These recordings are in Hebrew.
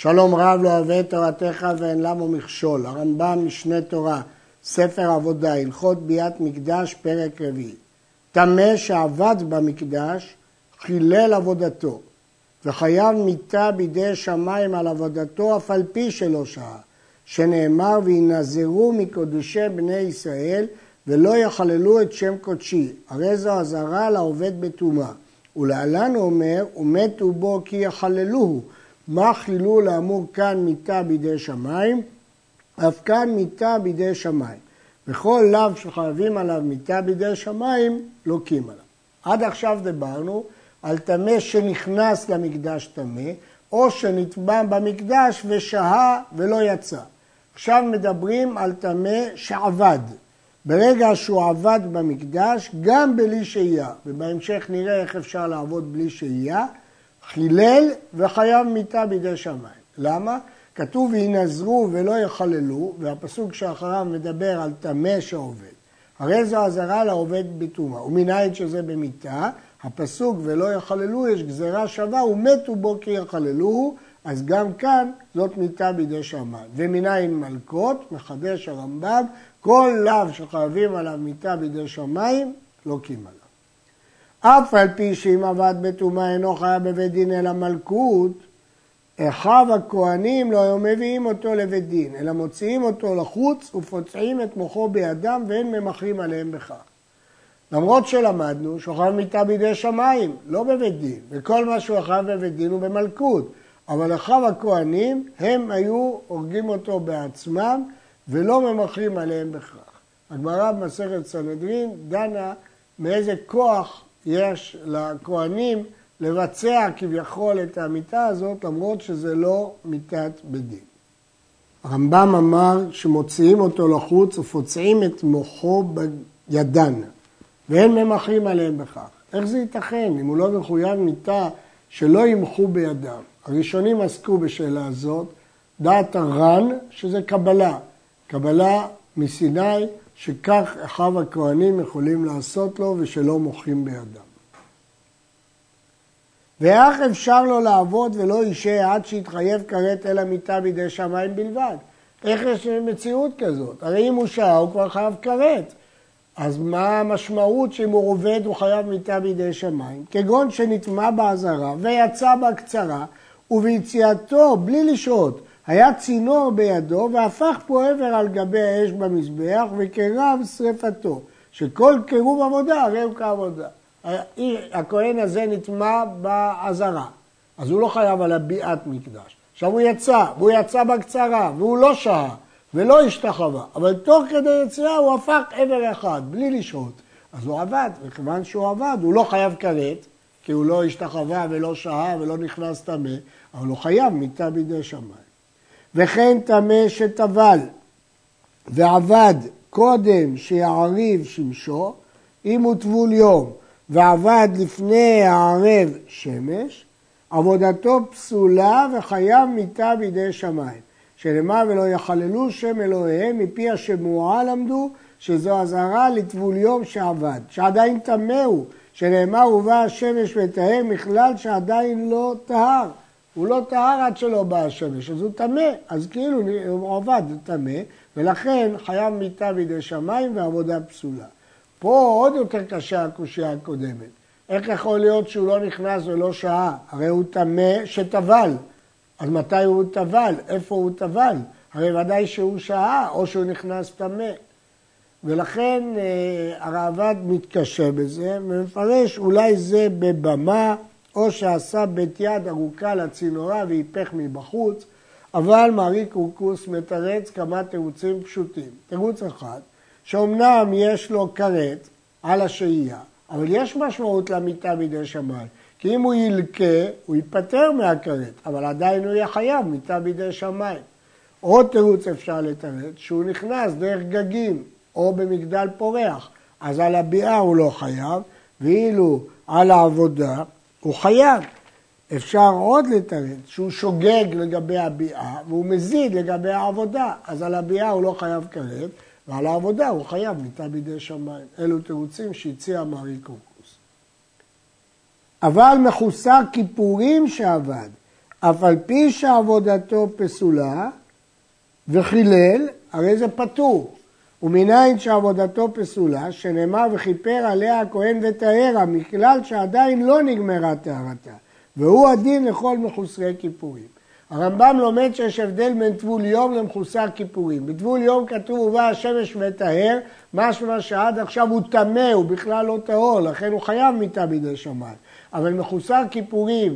שלום רב לא אוהב את תורתך ואין למו מכשול. הרמב"ם משנה תורה, ספר עבודה, הלכות ביאת מקדש, פרק רביעי. טמא שעבד במקדש, חילל עבודתו, וחייב מיתה בידי שמיים על עבודתו אף על פי שלא שעה, שנאמר וינזרו מקודשי בני ישראל ולא יחללו את שם קודשי, הרי זו אזהרה לעובד בטומאה. ולהלן הוא אומר, ומתו בו כי יחללוהו. מה חילול האמור כאן מיתה בידי שמיים? אף כאן מיתה בידי שמיים. וכל לאו שחייבים עליו מיתה בידי שמיים, לוקים עליו. עד עכשיו דיברנו על טמא שנכנס למקדש טמא, או שנטבע במקדש ושהה ולא יצא. עכשיו מדברים על טמא שעבד. ברגע שהוא עבד במקדש, גם בלי שהייה, ובהמשך נראה איך אפשר לעבוד בלי שהייה, חילל וחייב מיתה בידי שמיים. למה? כתוב וינזרו ולא יחללו, והפסוק שאחריו מדבר על טמא שעובד. הרי זו אזהרה לעובד בטומאה. ומנין שזה במיתה, הפסוק ולא יחללו, יש גזרה שווה, ומתו בו כי יחללוהו, אז גם כאן זאת מיתה בידי שמיים. ומנין מלכות, מחדש הרמב"ם, כל לאו שחייבים עליו מיתה בידי שמיים, לוקים עליו. אף על פי שאם עבד בטומאה אינו חייב בבית דין אלא מלכות, אחיו הכהנים לא היו מביאים אותו לבית דין, אלא מוציאים אותו לחוץ ופוצעים את מוחו בידם ואין ממחרים עליהם בכך. למרות שלמדנו שהוא חייב מיתה בידי שמיים, לא בבית דין, וכל מה שהוא חייב בבית דין הוא במלכות, אבל אחיו הכהנים הם היו הורגים אותו בעצמם ולא ממחרים עליהם בכך. הגמרא במסכת סנהדרין דנה מאיזה כוח יש לכהנים לבצע כביכול את המיתה הזאת, למרות שזה לא מיתת בדין. הרמב"ם אמר שמוציאים אותו לחוץ ופוצעים את מוחו בידן, ואין ממחרים עליהם בכך. איך זה ייתכן? אם הוא לא מחויב מיתה שלא ימחו בידם. הראשונים עסקו בשאלה הזאת, דעת הר"ן שזה קבלה. קבלה מסיני שכך אחיו הכהנים יכולים לעשות לו ושלא מוחים בידם. ואיך אפשר לו לעבוד ולא יישא עד שיתחייב כרת אלא מיתה בידי שמיים בלבד? איך יש מציאות כזאת? הרי אם הוא שעה הוא כבר חייב כרת. אז מה המשמעות שאם הוא עובד הוא חייב מיתה בידי שמיים? כגון שנטמע באזהרה ויצא בקצרה וביציאתו בלי לשהות היה צינור בידו והפך פה עבר על גבי האש במזבח וקרב שרפתו, שכל קירוב עבודה הרי הוא כעבודה. הכהן הזה נטמע באזהרה, אז הוא לא חייב על הביאת מקדש. עכשיו הוא יצא, והוא יצא בקצרה, והוא לא שעה, ולא השתחווה, אבל תוך כדי יציאה הוא הפך עבר אחד, בלי לשהות. אז הוא עבד, וכיוון שהוא עבד, הוא לא חייב כרת, כי הוא לא השתחווה ולא שעה ולא נכנס טמא, אבל הוא חייב מיתה בידי שמיים. וכן טמא שטבל ועבד קודם שיעריב שמשו, אם הוא טבול יום ועבד לפני הערב שמש, עבודתו פסולה וחייב מיתה בידי שמיים. שנאמר ולא יחללו שם אלוהיהם מפי השמועה למדו, שזו אזהרה לטבול יום שעבד, שעדיין טמא הוא, שנאמר ובא השמש וטהר מכלל שעדיין לא טהר. הוא לא טהר עד שלא בא השמש, אז הוא טמא, אז כאילו הוא עבד טמא, ולכן חייב מיתה בידי שמיים ועבודה פסולה. פה עוד יותר קשה הקושיה הקודמת. איך יכול להיות שהוא לא נכנס ולא שעה? הרי הוא טמא שטבל. אז מתי הוא טבל? איפה הוא טבל? הרי ודאי שהוא שעה או שהוא נכנס טמא. ולכן הרעב"ד מתקשה בזה ומפרש אולי זה בבמה או שעשה בית יד ארוכה לצינורה והיפך מבחוץ, אבל מעריק קורקוס מתרץ כמה תירוצים פשוטים. תירוץ אחד, שאומנם יש לו כרת על השהייה, אבל יש משמעות למיתה בידי שמיים. כי אם הוא ילקה, הוא ייפטר מהכרת, אבל עדיין הוא יהיה חייב מיתה בידי שמיים. עוד תירוץ אפשר לתרץ, שהוא נכנס דרך גגים או במגדל פורח, אז על הביאה הוא לא חייב, ואילו על העבודה הוא חייב. אפשר עוד לתרץ שהוא שוגג לגבי הביאה והוא מזיד לגבי העבודה, אז על הביאה הוא לא חייב כרת, ועל העבודה הוא חייב מיתה בידי שמיים. אלו תירוצים שהציע מעריק קורקוס. אבל מחוסר כיפורים שעבד, אף על פי שעבודתו פסולה וחילל, הרי זה פטור. ומניין שעבודתו פסולה, שנאמר וכיפר עליה הכהן וטהרה, מכלל שעדיין לא נגמרה טהרתה, והוא הדין לכל מחוסרי כיפורים. הרמב"ם לומד שיש הבדל בין טבול יום למחוסר כיפורים. בטבול יום כתוב ובא השמש וטהר, משמע שעד עכשיו הוא טמא, הוא בכלל לא טהור, לכן הוא חייב מיתה בידי שמיים. אבל מחוסר כיפורים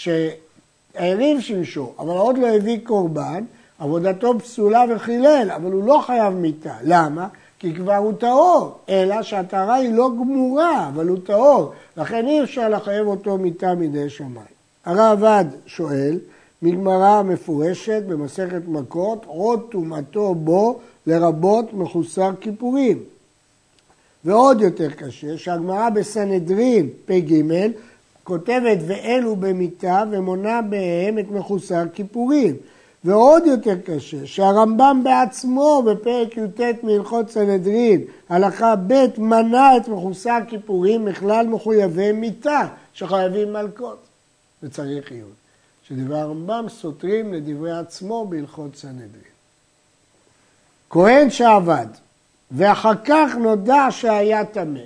שהעריב שמשו, אבל עוד לא הביא קורבן, עבודתו פסולה וחילל, אבל הוא לא חייב מיתה. למה? כי כבר הוא טהור, אלא שהטהרה היא לא גמורה, אבל הוא טהור. לכן אי אפשר לחייב אותו מיתה בידי שמיים. הרעב"ד שואל, מגמרא מפורשת במסכת מכות, עוד טומאתו בו לרבות מחוסר כיפורים. ועוד יותר קשה, שהגמרא בסנהדרין פ"ג כותבת ואלו במיתה ומונה בהם את מחוסר כיפורים. ועוד יותר קשה, שהרמב"ם בעצמו בפרק י"ט מהלכות סנהדרין, הלכה ב' מנה את מחוסר כיפורים מכלל מחויבי מיתה, שחייבים מלקות. וצריך עיון. שדברי הרמב"ם סותרים לדברי עצמו בהלכות סנהדרין. כהן שעבד, ואחר כך נודע שהיה טמא.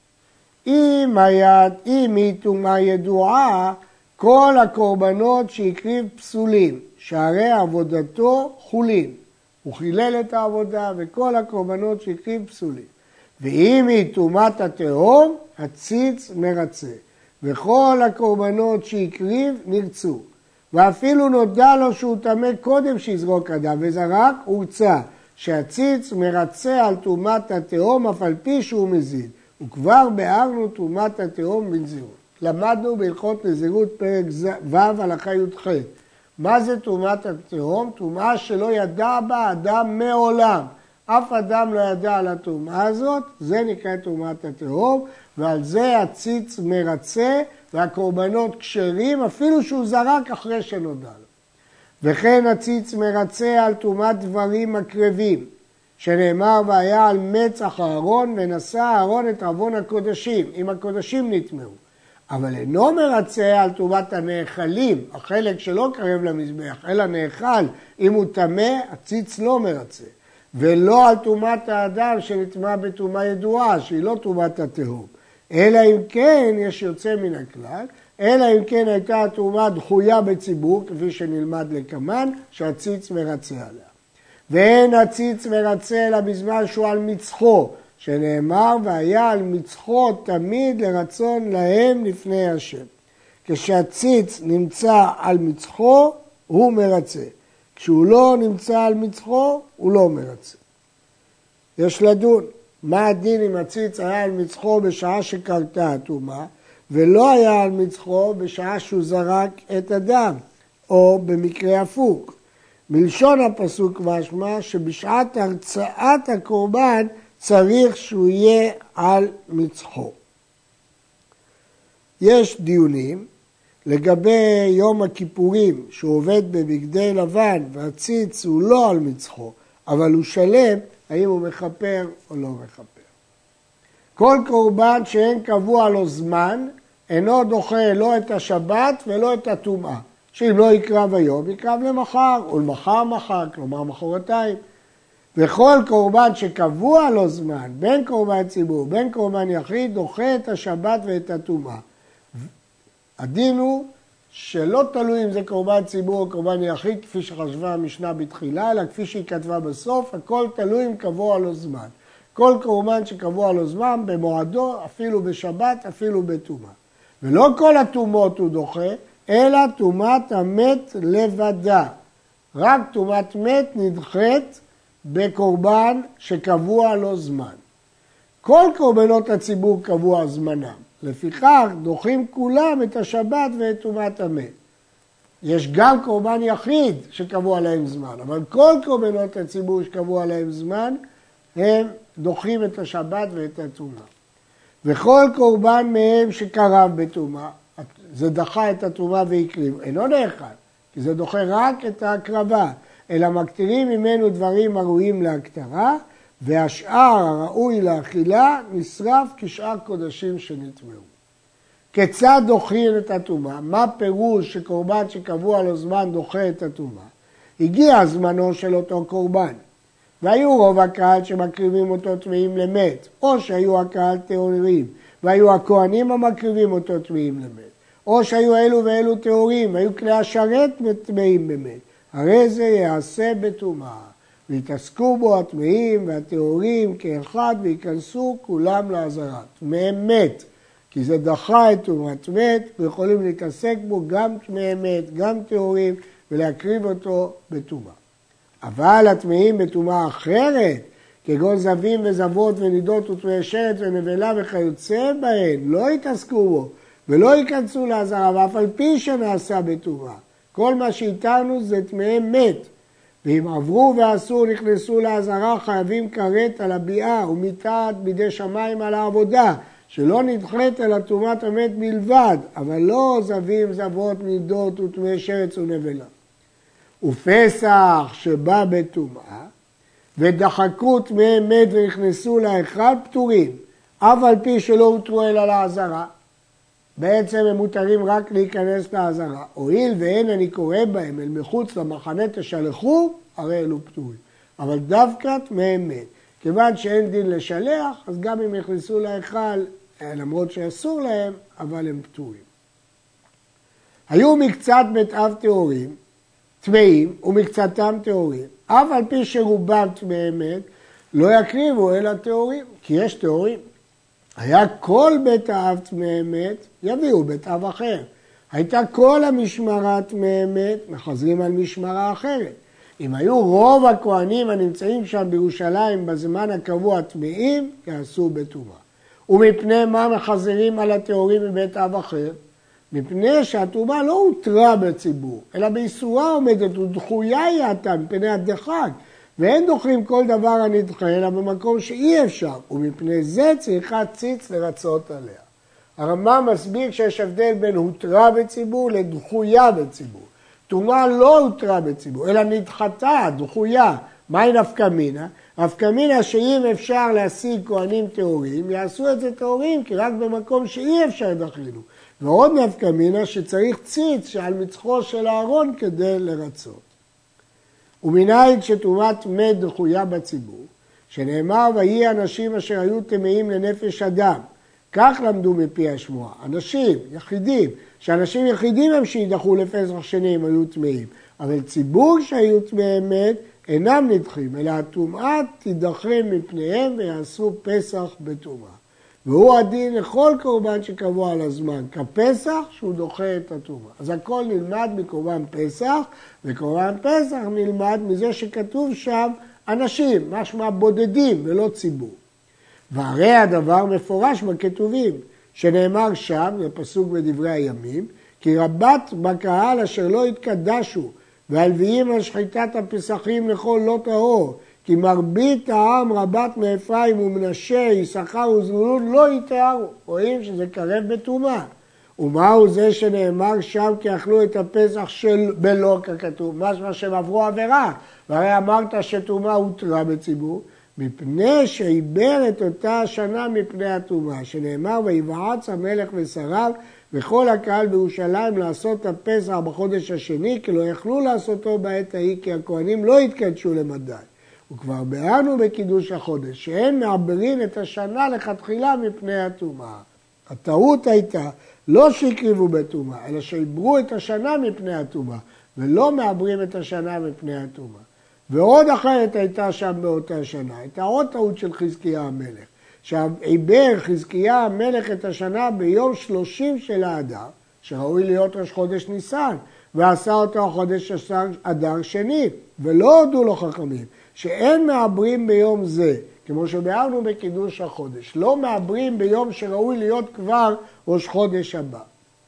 אם היא טומאה ידועה, כל הקורבנות שהקריב פסולים, שהרי עבודתו חולין. הוא חילל את העבודה וכל הקורבנות שהקריב פסולים. ואם היא טומאת התהום, הציץ מרצה. וכל הקורבנות שהקריב נרצו. ואפילו נודע לו שהוא טמא קודם שיזרוק אדם וזרק, הורצה. שהציץ מרצה על טומאת התהום אף על פי שהוא מזיד. וכבר ביארנו טומאת התהום בנזירות. למדנו בהלכות נזירות פרק ו' הלכה י"ח. מה זה טומאת התהום? טומאה שלא ידע בה אדם מעולם. אף אדם לא ידע על הטומאה הזאת, זה נקרא טומאת התהום, ועל זה הציץ מרצה והקורבנות כשרים, אפילו שהוא זרק אחרי שנודע לו. וכן הציץ מרצה על טומאת דברים מקרבים, שנאמר והיה על מצח הארון ונשא הארון את עוון הקודשים, אם הקודשים נטמאו. אבל אינו מרצה על טומאת הנאכלים, החלק שלא קרב למזבח, אלא נאכל, אם הוא טמא, הציץ לא מרצה. ולא על טומאת האדם שנטמא בטומאה ידועה, שהיא לא טומאת התהום. אלא אם כן יש יוצא מן הכלל, אלא אם כן הייתה הטומאה דחויה בציבור, כפי שנלמד לקמן, שהציץ מרצה עליה. ואין הציץ מרצה אלא בזמן שהוא על מצחו, שנאמר והיה על מצחו תמיד לרצון להם לפני השם. כשהציץ נמצא על מצחו, הוא מרצה. כשהוא לא נמצא על מצחו, הוא לא מרצה. יש לדון, מה הדין אם הציץ היה על מצחו בשעה שקרתה הטומאה, ולא היה על מצחו בשעה שהוא זרק את הדם, או במקרה הפוך. מלשון הפסוק משמע שבשעת הרצאת הקורבן צריך שהוא יהיה על מצחו. יש דיונים לגבי יום הכיפורים שהוא עובד בבגדי לבן והציץ הוא לא על מצחו, אבל הוא שלם, האם הוא מכפר או לא מכפר. כל קורבן שאין קבוע לו זמן אינו דוחה לא את השבת ולא את הטומאה. שאם לא יקרב היום, יקרב למחר, או למחר, כלומר מחרתיים. וכל קורבן שקבוע לו זמן, בין קורבן ציבור, בין קורבן יחיד, דוחה את השבת ואת הטומאה. הדין הוא שלא תלוי אם זה קורבן ציבור או קורבן יחיד, כפי שחשבה המשנה בתחילה, אלא כפי שהיא כתבה בסוף, הכל תלוי אם קבוע לו זמן. כל קורבן שקבוע לו זמן במועדו, אפילו בשבת, אפילו בטומאה. ולא כל הטומאות הוא דוחה, אלא טומאת המת לבדה. רק טומאת מת נדחית בקורבן שקבוע לו זמן. כל קורבנות הציבור קבוע זמנם. לפיכך דוחים כולם את השבת ואת טומאת המת. יש גם קורבן יחיד שקבוע להם זמן, אבל כל קורבנות הציבור שקבוע להם זמן, הם דוחים את השבת ואת הטומאה. וכל קורבן מהם שקרב בטומאה, זה דחה את הטומאה והקריב, אינו נאכל, כי זה דוחה רק את ההקרבה, אלא מקטירים ממנו דברים הראויים להקטרה, והשאר הראוי לאכילה נשרף כשאר קודשים שנטמאו. כיצד דוחים את הטומאה? מה פירוש שקורבן שקבוע לו זמן דוחה את הטומאה? הגיע זמנו של אותו קורבן, והיו רוב הקהל שמקריבים אותו טמאים למת, או שהיו הקהל טהורים, והיו הכהנים המקריבים אותו טמאים למת, או שהיו אלו ואלו טהורים, והיו כלי השרת טמאים במת. הרי זה יעשה בטומאה, והתעסקו בו הטמאים והטהורים כאחד, וייכנסו כולם לעזרה. טמאי מת, כי זה דחה את טומאת מת, ויכולים להתעסק בו גם טמאי מת, גם טהורים, ולהקריב אותו בטומאה. אבל הטמאים בטומאה אחרת, כגון זבים וזבות ונידות וטמאי שרץ ונבלה וכיוצא בהן, לא יתעסקו בו ולא ייכנסו לעזרה, ואף על פי שנעשה בטומאה. כל מה שאיתנו זה טמאי מת, ואם עברו ועשו נכנסו לעזרה, חייבים כרת על הביאה ומיתת בידי שמיים על העבודה, שלא נדחית על טומאת המת בלבד, אבל לא זבים, זבות, נידות וטמאי שרץ ונבלה. ופסח שבא בטומאה, ודחקו טמאי מת ונכנסו להיכל פטורים, אף על פי שלא הותרו אלא לעזרה. בעצם הם מותרים רק להיכנס לעזרה. הואיל ואין אני קורא בהם אל מחוץ למחנה תשלחו, הרי אלו פטורים. אבל דווקא טמאי מת. כיוון שאין דין לשלח, אז גם אם נכנסו להיכל, למרות שאסור להם, אבל הם פטורים. היו מקצת בית אב טהורים, טמאים, ומקצתם טהורים. אף על פי שרובם טמאי מת, לא יקריבו אלא טהורים, כי יש טהורים. היה כל בית האב טמאי מת, יביאו בית אב אחר. הייתה כל המשמרה טמאי מת, מחזרים על משמרה אחרת. אם היו רוב הכהנים הנמצאים שם בירושלים בזמן הקבוע טמאים, יעשו בטומאה. ומפני מה מחזרים על הטהורים מבית אב אחר? מפני שהטומאה לא הותרה בציבור, אלא באיסורה עומדת ודחויה היא עתה מפני הדחק. ואין דוחים כל דבר הנדחה, אלא במקום שאי אפשר, ומפני זה צריכה ציץ לרצות עליה. הרמב"ם מסביר שיש הבדל בין הותרה בציבור לדחויה בציבור. טומאה לא הותרה בציבור, אלא נדחתה, דחויה. מהי נפקא מינה? נפקא מינה שאם אפשר להשיג כהנים טהורים, יעשו את זה טהורים, כי רק במקום שאי אפשר דחינו. ועוד נפקא מינה שצריך ציץ שעל מצחו של הארון כדי לרצות. ומנין שטומאת מת דחויה בציבור, שנאמר ויהי אנשים אשר היו טמאים לנפש אדם. כך למדו מפי השמועה. אנשים, יחידים, שאנשים יחידים הם שידחו לפסח שני אם היו טמאים. אבל ציבור שהיו טמאי מת אינם נדחים, אלא הטומאה תידחה מפניהם ויעשו פסח בטומאה. והוא הדין לכל קורבן שקבוע על הזמן, כפסח שהוא דוחה את הטומאה. אז הכל נלמד מקורבן פסח, וקורבן פסח נלמד מזה שכתוב שם אנשים, משמע בודדים ולא ציבור. והרי הדבר מפורש בכתובים, שנאמר שם, זה פסוק בדברי הימים, כי רבת בקהל אשר לא התקדשו, והלוויים על שחיטת הפסחים לכל לא טהור, כי מרבית העם רבת מאפרים ומנשה, יששכר וזבולון לא יטהרו. רואים שזה קרב בטומאה. ומהו זה שנאמר שם כי אכלו את הפסח של בלא ככתוב, משמע שהם עברו עבירה. והרי אמרת שטומאה הותרה בציבור, מפני שעיבר את אותה השנה מפני הטומאה, שנאמר ויבעץ המלך ושריו וכל הקהל בירושלים לעשות הפסח בחודש השני, כי לא יכלו לעשותו בעת ההיא, כי הכהנים לא התקדשו למדי. וכבר ביארנו בקידוש החודש, שאין מעברים את השנה לכתחילה מפני הטומאה. הטעות הייתה לא שהקריבו בטומאה, אלא שעיברו את השנה מפני הטומאה, ולא מעברים את השנה מפני הטומאה. ועוד אחרת הייתה שם באותה שנה, הייתה עוד טעות של חזקיה המלך, שעיבר חזקיה המלך את השנה ביום 30 של האדר, שראוי להיות ראש חודש ניסן, ועשה אותו חודש אדר שני, ולא הודו לו חכמים, שאין מעברים ביום זה, כמו שביארנו בקידוש החודש, לא מעברים ביום שראוי להיות כבר ראש חודש הבא.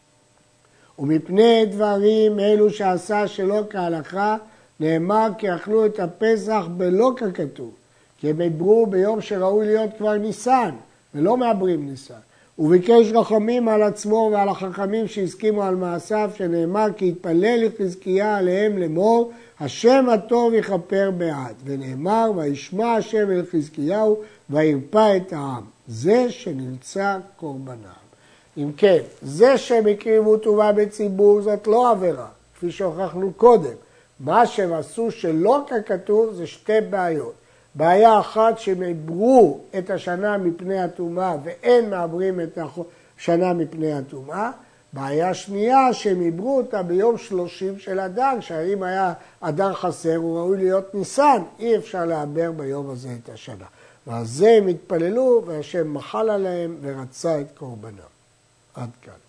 ומפני דברים אלו שעשה שלא כהלכה, נאמר כי אכלו את הפסח בלא ככתוב, כי הם עברו ביום שראוי להיות כבר ניסן, ולא מעברים ניסן. וביקש רחמים על עצמו ועל החכמים שהסכימו על מעשיו, שנאמר כי התפלל לחזקיה עליהם לאמור, השם הטוב יכפר בעד. ונאמר וישמע השם אל חזקיהו וירפא את העם. זה שנמצא קורבנם. אם כן, זה שהם הקריבו טומאה בציבור זאת לא עבירה, כפי שהוכחנו קודם. מה שהם עשו שלא ככתוב זה שתי בעיות. בעיה אחת שהם עברו את השנה מפני הטומאה ואין מעברים את השנה מפני הטומאה. בעיה שנייה שהם עברו אותה ביום 30 של אדר, שהאם היה אדר חסר הוא ראוי להיות ניסן, אי אפשר לעבר ביום הזה את השנה. ועל זה הם התפללו והשם מחל עליהם ורצה את קורבנם. עד כאן.